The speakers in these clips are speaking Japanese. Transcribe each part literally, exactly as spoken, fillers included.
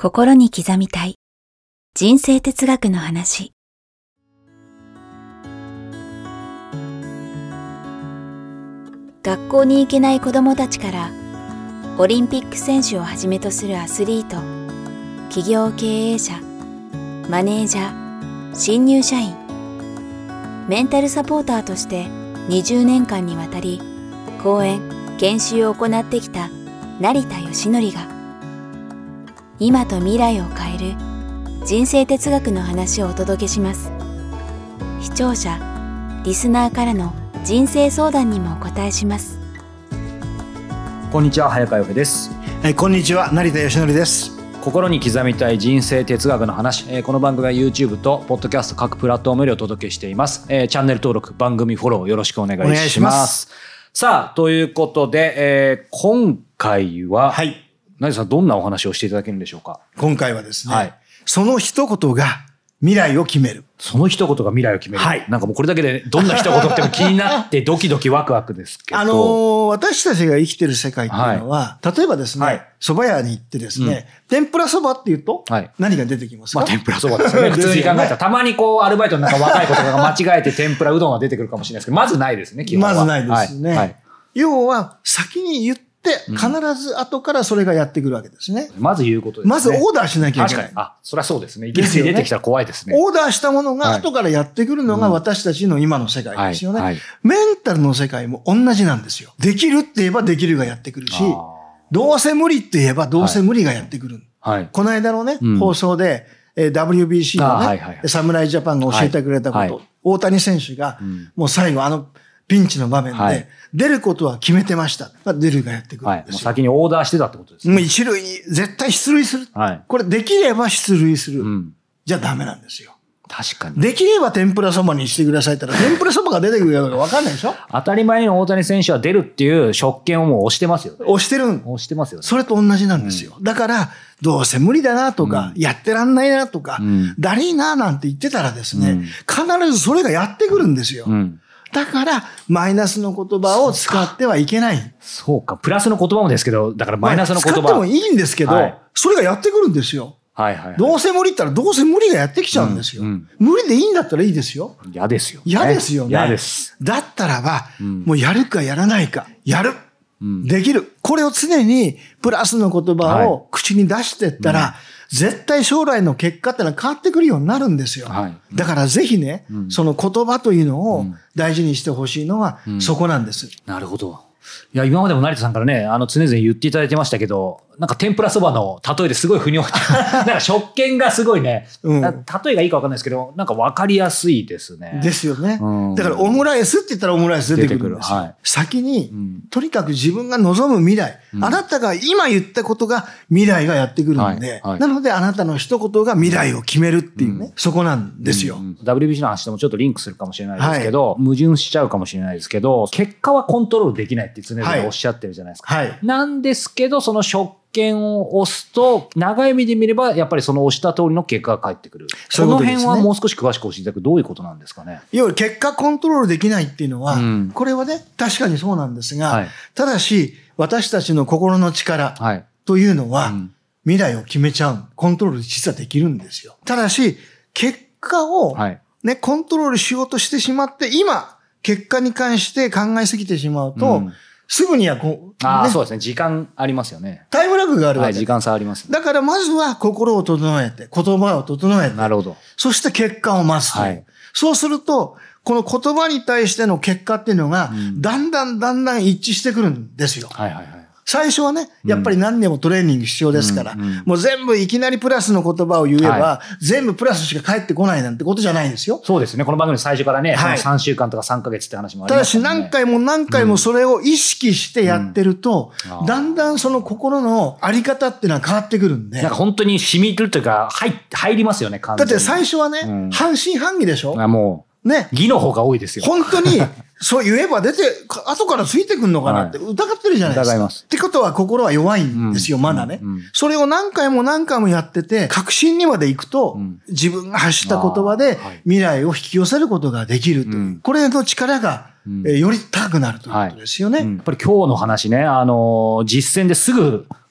心に刻みたい人生哲学の話。学校に行けない子どもたちからオリンピック選手をはじめとするアスリート、企業経営者、マネージャー、新入社員、メンタルサポーターとしてにじゅうねんかんにわたり講演・研修を行ってきた成田義則が今と未来を変える人生哲学の話をお届けします。視聴者、リスナーからの人生相談にもお答えします。 こんにちは、早川洋平です。 はい、こんにちは、成田義則です。 心に刻みたい人生哲学の話、えー、この番組は YouTube と Podcast 各プラットフォームでお届けしています、えー、チャンネル登録、番組フォローよろしくお願いします。お願いします。さあ、ということで、えー、今回は、はい、成田さん、どんなお話をしていただけるんでしょうか。 今回はですね、はい、その一言が未来を決める。 その一言が未来を決める。はい。なんかもうこれだけでどんな一言っても気になってドキドキワクワクですけど。 あのー、私たちが生きてる世界っていうのは、はい、例えばですね、はい、蕎麦屋に行ってですね、うん、天ぷら蕎麦って言うと、はい、何が出てきますか？ まあ天ぷら蕎麦ですよね。普通に考えたら、たまにこうアルバイトのなんか若い子とかが間違えて天ぷらうどんが出てくるかもしれないですけど、まずないですね、基本は。 まずないですね。はいはい、要は、先に言って、で、必ず後からそれがやってくるわけですね。 うん、まず言うことですね。 まずオーダーしなきゃいけない。 確かに。あ、そりゃそうですね。いきなり出てきたら怖いですね。 オーダーしたものが後からやってくるのが私たちの今の世界ですよね。はいはい、メンタルの世界も同じなんですよ。できるって言えばできるがやってくるし、どうせ無理って言えばどうせ無理がやってくる。はい、この間のね、うん、放送で、えー、ダブリュービーシー のね、はいはいはい、侍ジャパンが教えてくれたこと、はいはい、大谷選手が、うん、もう最後あの、ピンチの場面で、はい、出ることは決めてました。出るがやってくるんですよ。はい、もう先にオーダーしてたってことですね。 もう一塁に絶対出塁する。はい、これできれば出塁する。うん、じゃダメなんですよ。 確かに。 できれば天ぷらそばにしてくださいって言ったら、天ぷらそばが出てくるかどうか分かんないでしょ。 当たり前の大谷選手は出るっていう職権をもう押してますよね。 押してる。 押してますよね。 それと同じなんですよ。うん、だから、どうせ無理だなとか、うん、やってらんないなとか、うん、だりーななんて言ってたらですね、うん、必ずそれがやってくるんですよ。うんだから、マイナスの言葉を使ってはいけない。 そうか。プラスの言葉もですけど、だからマイナスの言葉。 まあ、使ってもいいんですけど、はい、それがやってくるんですよ。はいはいはい、どうせ無理ったら、どうせ無理がやってきちゃうんですよ。うんうん、無理でいいんだったらいいですよ。 嫌ですよ、ね。 嫌ですよね。 嫌です。 だったらば、うん、もうやるかやらないか、やる。うん、できる。これを常にプラスの言葉を口に出していったら、はいうん絶対将来の結果ってのは変わってくるようになるんですよ。はい、だからぜひね、うん、その言葉というのを大事にしてほしいのはそこなんです。 うん、なるほど。いや、今までも成田さんからね、あの、常々言っていただいてましたけど、なんか天ぷらそばの例えですごい腑に落ちた。なんか食券がすごいね、うん、例えがいいか分かんないですけど、なんか分かりやすいですね。 ですよね。うん、だからオムライスって言ったらオムライス出てくるんですよ。はい、先に、うん、とにかく自分が望む未来、うん、あなたが今言ったことが未来がやってくるんで、はいはい、なのであなたの一言が未来を決めるっていうね、うん、そこなんですよ。 うんうん、ダブリュービーシー の話ともちょっとリンクするかもしれないですけど、はい、矛盾しちゃうかもしれないですけど、結果はコントロールできないって常々おっしゃってるじゃないですか。はいはい、なんですけど、その食券を押すと、長い目で見れば、やっぱりその押した通りの結果が返ってくる。その辺はもう少し詳しく教えていただく。どういうことなんですかね。 要は結果コントロールできないっていうのは、うん、これはね、確かにそうなんですが、はい、ただし、私たちの心の力というのは、はいうん、未来を決めちゃう。コントロール実はできるんですよ。ただし、結果を、ね、はい、コントロールしようとしてしまって、今、結果に関して考えすぎてしまうと、うんすぐにはこう、 ああ、ね、そうですね。時間ありますよね。 タイムラグがあるわけです。はい、時間差あります、ね。 だからまずは心を整えて、言葉を整えて。 なるほど。 そして結果を待つと。はい。そうすると、この言葉に対しての結果っていうのが、うん、だんだんだんだん一致してくるんですよ。はいはいはい。最初はね、やっぱり何年もトレーニング必要ですから、うんうん、もう全部いきなりプラスの言葉を言えば、はい、全部プラスしか返ってこないなんてことじゃないんですよ。 そうですね。この番組最初からね、はい、さんしゅうかんとかさんかげつって話もありますからね。 ただし何回も何回もそれを意識してやってると、うん、だんだんその心のあり方っていうのは変わってくるんで。 なんか本当に染みるというか、入、入りますよね、完全に。 だって最初はね、うん、半信半疑でしょ？ あ、もう。ね。義の方が多いですよ。 本当に、そう言えば出て、後からついてくんのかなって疑ってるじゃないですか。疑います。ってことは心は弱いんですよ、うん、まだね、うんうん。それを何回も何回もやってて、確信にまで行くと、うん、自分が発した言葉で未来を引き寄せることができるという。うん、これの力が、うんえー、より高くなるということですよね。 はいうん、やっぱり今日の話ね、あのー、実践ですぐ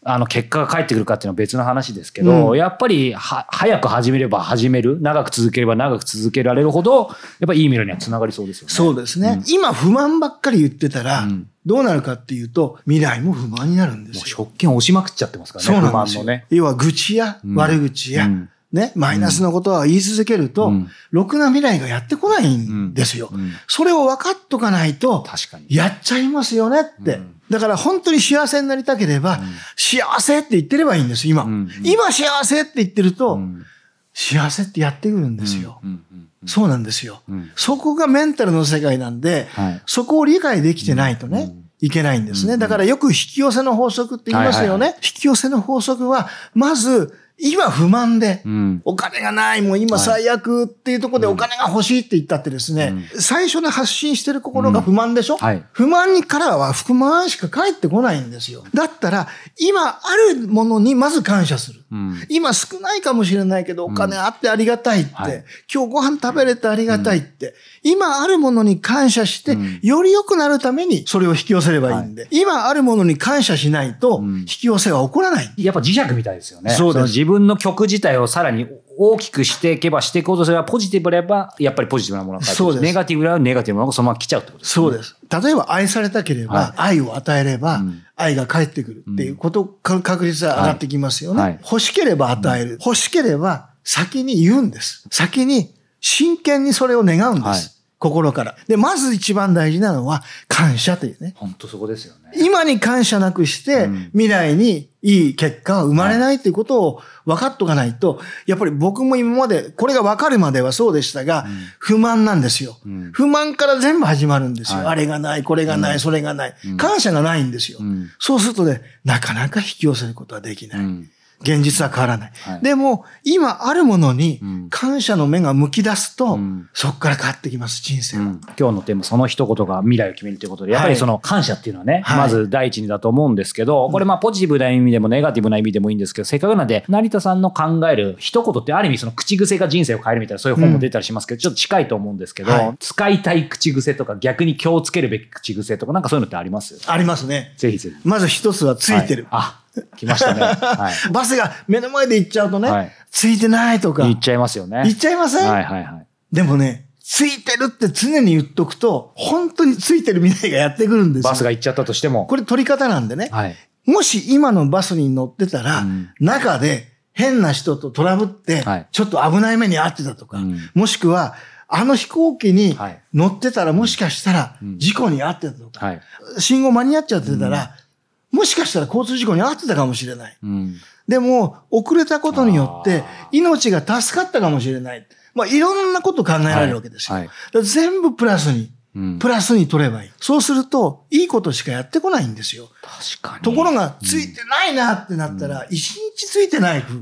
あの結果が返ってくるかっていうのは別の話ですけど、うん、やっぱりは早く始めれば始める、長く続ければ長く続けられるほど、やっぱりいい未来にはつながりそうですよね。 そうですね。うん、今不満ばっかり言ってたら、うんどうなるかっていうと、未来も不満になるんですよ。もう職権押しまくっちゃってますからね。 そうなんですよ。不満のね。要は愚痴や悪口や、うん、ね、マイナスのことは言い続けると、うん、ろくな未来がやってこないんですよ。うんうん、それを分かっとかないと、確かにやっちゃいますよねって。うん、だから本当に幸せになりたければ、うん、幸せって言ってればいいんです、今。うんうん、今幸せって言ってると、うん、幸せってやってくるんですよ。うんうんうんそうなんですよ、うん。そこがメンタルの世界なんで、はい、そこを理解できてないとね、うん、いけないんですね。だからよく引き寄せの法則って言いますよね。はいはいはい、引き寄せの法則は、まず、今不満で、うん、お金がない、もう今最悪っていうところでお金が欲しいって言ったってですね、うん、最初に発信してる心が不満でしょ、うんはい、不満にからは不満しか返ってこないんですよ。だったら、今あるものにまず感謝する。うん、今少ないかもしれないけど、お金あってありがたいって、うんはい、今日ご飯食べれてありがたいって、うん、今あるものに感謝して、うん、より良くなるためにそれを引き寄せればいいんで、はい、今あるものに感謝しないと、引き寄せは起こらない。 やっぱ磁石みたいですよね。 そうです。 自分の曲自体をさらに大きくしていけばしていこうとすれば、ポジティブであれば、やっぱりポジティブなものが返ってくる。ネガティブであればネガティブなものがそのまま来ちゃうってことですね。 そうです。例えば愛されたければ、はい、愛を与えれば、うん、愛が返ってくるっていうこと、うん、確率が上がってきますよね、はいはい。欲しければ与える。欲しければ先に言うんです。先に真剣にそれを願うんです。はい心から。で、まず一番大事なのは感謝というね。 本当そこですよね。 今に感謝なくして、うん、未来にいい結果は生まれないということを分かっとかないと、やっぱり僕も今まで、これが分かるまではそうでしたが、うん、不満なんですよ、うん。不満から全部始まるんですよ。はい、あれがない、これがない、うん、それがない、うん。感謝がないんですよ、うん。そうするとね、なかなか引き寄せることはできない。うん現実は変わらない。はい、でも、今あるものに感謝の目が向き出すと、うん、そこから変わってきます、人生は、うん。 今日のテーマ、その一言が未来を決めるということで、やっぱりその感謝っていうのはね、はい、まず第一にだと思うんですけど、これまあポジティブな意味でもネガティブな意味でもいいんですけど、せっかくなんで、成田さんの考える一言ってある意味その口癖が人生を変えるみたいなそういう本も出たりしますけど、うん、ちょっと近いと思うんですけど、はい、使いたい口癖とか逆に気をつけるべき口癖とかなんかそういうのってあります？ ありますね。 ぜひぜひ。 まず一つはついてる。 はい、あ来ましたね、はい。 バスが目の前で行っちゃうとね、はい、ついてないとか。 言っちゃいますよね。 言っちゃいません？ はいはいはい。 でもね、ついてるって常に言っとくと、本当についてる未来がやってくるんですよ。 バスが行っちゃったとしても。 これ取り方なんでね。はい、もし今のバスに乗ってたら、うん、中で変な人とトラブって、ちょっと危ない目に遭ってたとか、はい、もしくは、あの飛行機に乗ってたらもしかしたら事故に遭ってたとか、はい、信号間に合っちゃってたら、うんもしかしたら交通事故に遭ってたかもしれない。うん、でも、遅れたことによって、命が助かったかもしれない。まあ、いろんなこと考えられるわけですよ。はいはい、全部プラスに、うん、プラスに取ればいい。そうすると、いいことしかやってこないんですよ。 確かに。 ところが、ついてないなってなったら、一、うん、日ついてないふう、うん、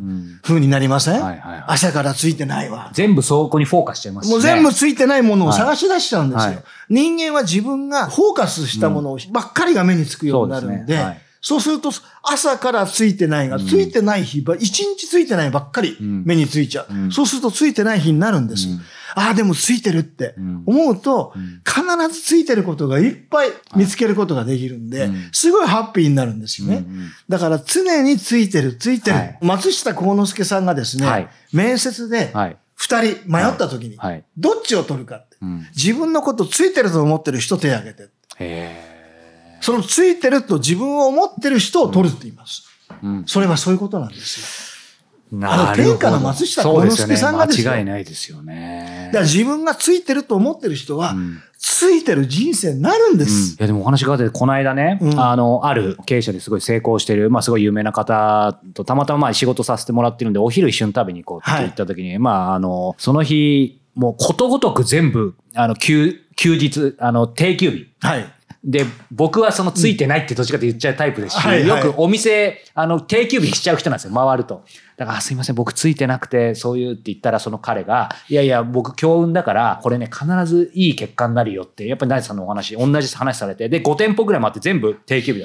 風になりません、はいはいはい、朝からついてないわ。 全部そこにフォーカスしちゃいますしね。 もう全部ついてないものを探し出しちゃうんですよ。はいはい、人間は自分がフォーカスしたものばっかりが目につくようになるんで、うんそうですねはいそうすると、朝からついてないが、ついてない日ば、一日ついてないばっかり目についちゃう。うん、そうするとついてない日になるんです。うん、ああ、でもついてるって思うと、必ずついてることがいっぱい見つけることができるんで、すごいハッピーになるんですよね。だから常についてる、ついてる。はい、松下幸之助さんがですね、はい、面接で二人迷った時に、どっちを取るかって、うん、自分のことついてると思ってる人手を挙げて。へーそのついてると自分を思ってる人を取るって言います。うん、それはそういうことなんですよ。あの天下の松下幸之助さんがですよ。 間違いないですよね。 だから自分がついてると思ってる人は、うん、ついてる人生になるんです。うん、いやでもお話があって、この間ね、うん、あの、ある経営者ですごい成功してる、まあすごい有名な方とたまたままあ仕事させてもらってるんで、お昼一緒に食べに行こうって言った時に、はい、まああの、その日、もうことごとく全部、あの、休、休日、あの、定休日。はい。で、僕はそのついてないってどっちかって言っちゃうタイプですし、うんはいはい、よくお店、あの、定休日しちゃう人なんですよ、回ると。だから、すいません、僕ついてなくて、そういうって言ったら、その彼が、いやいや、僕強運だから、これね、必ずいい結果になるよって、やっぱり成田さんのお話、同じ話されて、で、ご店舗ぐらいもあって全部定休日だった。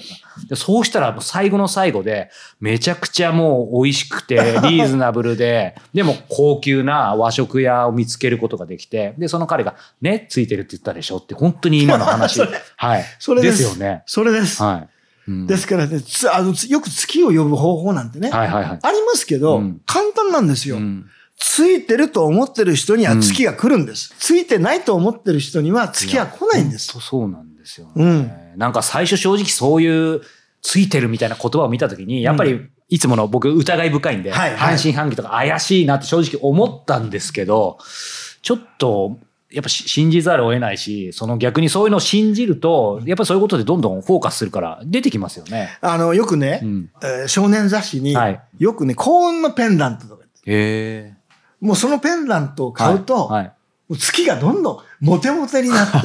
で、そうしたら、もう最後の最後で、めちゃくちゃもう美味しくて、リーズナブルで、でも高級な和食屋を見つけることができて、で、その彼が、ね、ついてるって言ったでしょって、本当に今の話。はい。 それです。 ですよね。 それです。はい。 うん、 ですからね、つあのよく月を呼ぶ方法なんてね、 はいはいはい、 ありますけど、うん、簡単なんですよ。うん、ついてると思ってる人には月が来るんです。うん、ついてないと思ってる人には月は来ないんです。 本当そうなんですよね。うん、なんか最初正直そういうついてるみたいな言葉を見たときに、やっぱりいつもの僕疑い深いんで、はいはい、半信半疑とか怪しいなって正直思ったんですけど、ちょっと、やっぱ信じざるを得ないし、その逆にそういうのを信じると、やっぱりそういうことでどんどんフォーカスするから出てきますよね。 あの、よくね、うんえー、少年雑誌に、はい、よくね、幸運のペンダントとか。 へー。 もうそのペンダントを買うと、はいはい、もう月がどんどんモテモテになって、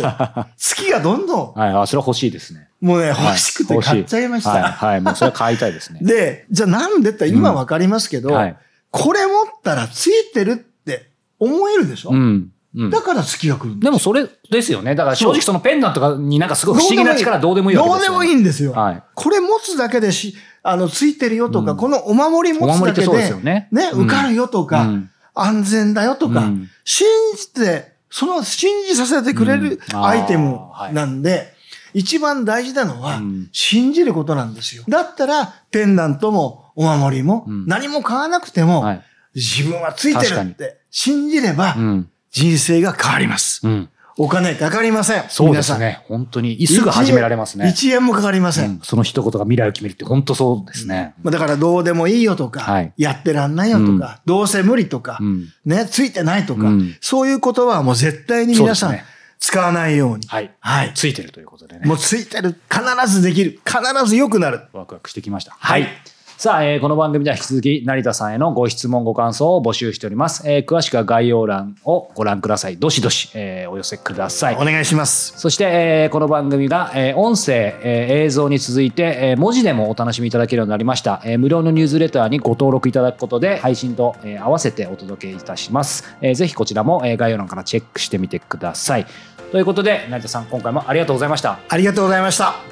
月がどんどん。 はい、あ、それは欲しいですね。 もうね、欲しくて買っちゃいました。 はい、はい、もうそれは買いたいですね。 で、じゃあなんでって今わかりますけど、うんはい、これ持ったらついてるって思えるでしょ、うんうん、だから月が来るんです。 でもそれですよね。だから正直そのペンダントになんかすごい不思議な力どうでもいいわけですよ、ね。 どうでもいいんですよ。はい、これ持つだけでし、あの、ついてるよとか、うん、このお守り持つだけで、でね、ね、受かるよとか、うん、安全だよとか、うん、信じて、その信じさせてくれるアイテムなんで、うんはい、一番大事なのは、信じることなんですよ。だったら、ペンダントもお守りも、何も買わなくても、はい、自分はついてるって信じれば、人生が変わります。うん、お金かかりません。 そうですね。本当に。すぐ始められますね。 いちえんもかかりません。うん、 その一言が未来を決めるって本当そうですね。 うん、だからどうでもいいよとか、はい、やってらんないよとか、うん、どうせ無理とか、うん、ね、ついてないとか、うん、そういう言葉はもう絶対に皆さん、使わないように。 はい。はい。ついてるということでね。 もうついてる。必ずできる。必ず良くなる。 ワクワクしてきました。はい。さあ、えー、この番組では引き続き成田さんへのご質問ご感想を募集しております。えー、詳しくは概要欄をご覧ください。どしどし、えー、お寄せください。 お願いします。 そして、えー、この番組が、えー、音声、えー、映像に続いて、えー、文字でもお楽しみいただけるようになりました。えー、無料のニュースレターにご登録いただくことで配信と、えー、合わせてお届けいたします。えー、ぜひこちらも、えー、概要欄からチェックしてみてください。ということで成田さん、今回もありがとうございました。 ありがとうございました。